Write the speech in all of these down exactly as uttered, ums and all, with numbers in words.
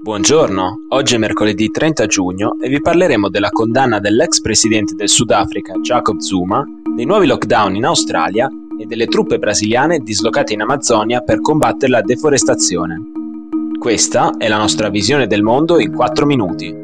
Buongiorno, oggi è mercoledì trenta giugno e vi parleremo della condanna dell'ex presidente del Sudafrica Jacob Zuma, dei nuovi lockdown in Australia e delle truppe brasiliane dislocate in Amazzonia per combattere la deforestazione. Questa è la nostra visione del mondo in quattro minuti.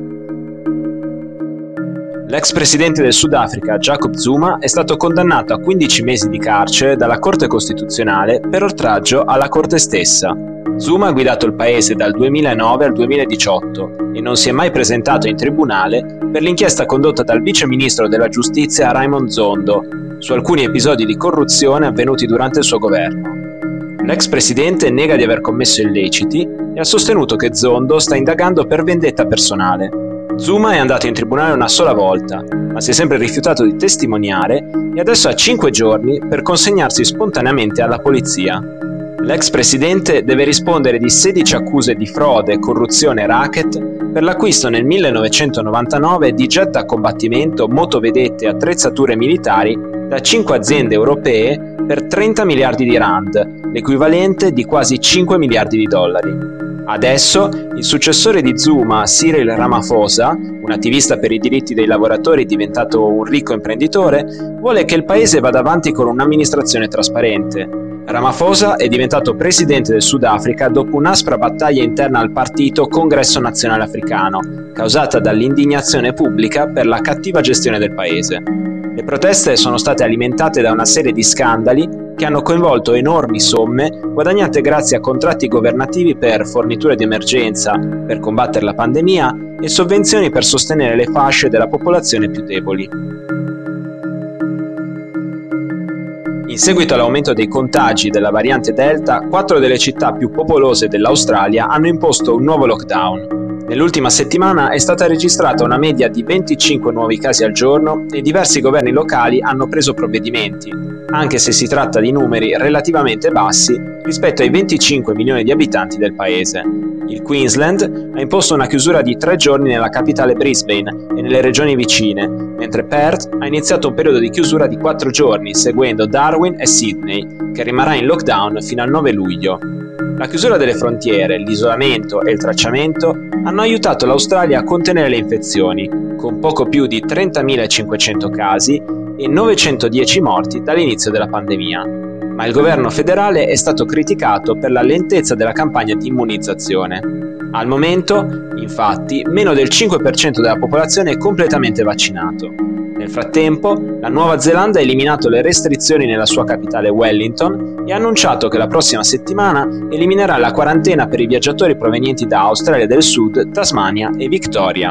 L'ex presidente del Sudafrica Jacob Zuma è stato condannato a quindici mesi di carcere dalla Corte Costituzionale per oltraggio alla Corte stessa. Zuma ha guidato il paese dal duemilanove al duemiladiciotto e non si è mai presentato in tribunale per l'inchiesta condotta dal vice ministro della giustizia Raymond Zondo su alcuni episodi di corruzione avvenuti durante il suo governo. L'ex presidente nega di aver commesso illeciti e ha sostenuto che Zondo sta indagando per vendetta personale. Zuma è andato in tribunale una sola volta, ma si è sempre rifiutato di testimoniare e adesso ha cinque giorni per consegnarsi spontaneamente alla polizia. L'ex presidente deve rispondere di sedici accuse di frode, corruzione e racket per l'acquisto nel millenovecentonovantanove di jet da combattimento, motovedette e attrezzature militari da cinque aziende europee per trenta miliardi di rand, l'equivalente di quasi cinque miliardi di dollari. Adesso il successore di Zuma, Cyril Ramaphosa, un attivista per i diritti dei lavoratori diventato un ricco imprenditore, vuole che il paese vada avanti con un'amministrazione trasparente. Ramaphosa è diventato presidente del Sudafrica dopo un'aspra battaglia interna al partito Congresso Nazionale Africano, causata dall'indignazione pubblica per la cattiva gestione del paese. Le proteste sono state alimentate da una serie di scandali che hanno coinvolto enormi somme guadagnate grazie a contratti governativi per forniture di emergenza per combattere la pandemia e sovvenzioni per sostenere le fasce della popolazione più deboli. In seguito all'aumento dei contagi della variante Delta, quattro delle città più popolose dell'Australia hanno imposto un nuovo lockdown. Nell'ultima settimana è stata registrata una media di venticinque nuovi casi al giorno e diversi governi locali hanno preso provvedimenti, anche se si tratta di numeri relativamente bassi rispetto ai venticinque milioni di abitanti del paese. Il Queensland ha imposto una chiusura di tre giorni nella capitale Brisbane e nelle regioni vicine, mentre Perth ha iniziato un periodo di chiusura di quattro giorni, seguendo Darwin e Sydney, che rimarrà in lockdown fino al nove luglio. La chiusura delle frontiere, l'isolamento e il tracciamento hanno aiutato l'Australia a contenere le infezioni, con poco più di trentamilacinquecento casi e novecentodieci morti dall'inizio della pandemia. Ma il governo federale è stato criticato per la lentezza della campagna di immunizzazione. Al momento, infatti, meno del cinque per cento della popolazione è completamente vaccinato. Nel frattempo, la Nuova Zelanda ha eliminato le restrizioni nella sua capitale Wellington e ha annunciato che la prossima settimana eliminerà la quarantena per i viaggiatori provenienti da Australia del Sud, Tasmania e Victoria.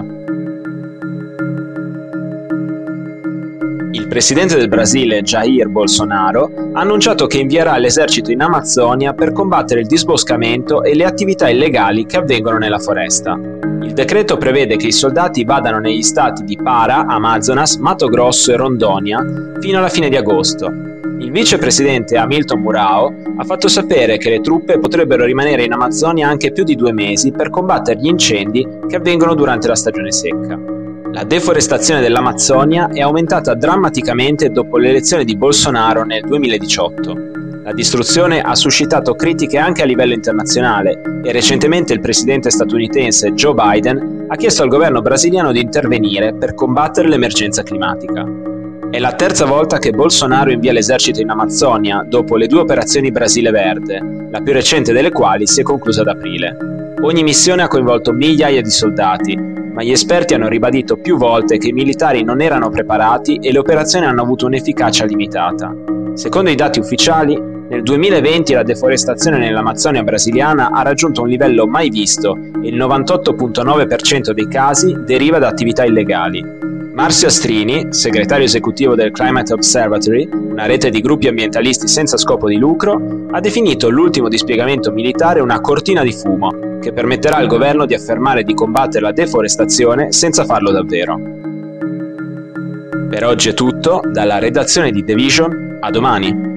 Il presidente del Brasile, Jair Bolsonaro, ha annunciato che invierà l'esercito in Amazzonia per combattere il disboscamento e le attività illegali che avvengono nella foresta. Il decreto prevede che i soldati vadano negli stati di Pará, Amazonas, Mato Grosso e Rondônia fino alla fine di agosto. Il vicepresidente Hamilton Mourão ha fatto sapere che le truppe potrebbero rimanere in Amazzonia anche più di due mesi per combattere gli incendi che avvengono durante la stagione secca. La deforestazione dell'Amazzonia è aumentata drammaticamente dopo l'elezione di Bolsonaro nel duemiladiciotto. La distruzione ha suscitato critiche anche a livello internazionale e recentemente il presidente statunitense Joe Biden ha chiesto al governo brasiliano di intervenire per combattere l'emergenza climatica. È la terza volta che Bolsonaro invia l'esercito in Amazzonia dopo le due operazioni Brasile Verde, la più recente delle quali si è conclusa ad aprile. Ogni missione ha coinvolto migliaia di soldati, ma gli esperti hanno ribadito più volte che i militari non erano preparati e le operazioni hanno avuto un'efficacia limitata. Secondo i dati ufficiali, nel duemilaventi la deforestazione nell'Amazzonia brasiliana ha raggiunto un livello mai visto e il novantotto virgola nove per cento dei casi deriva da attività illegali. Marcio Astrini, segretario esecutivo del Climate Observatory, una rete di gruppi ambientalisti senza scopo di lucro, ha definito l'ultimo dispiegamento militare una cortina di fumo che permetterà al governo di affermare di combattere la deforestazione senza farlo davvero. Per oggi è tutto, dalla redazione di The Vision, a domani!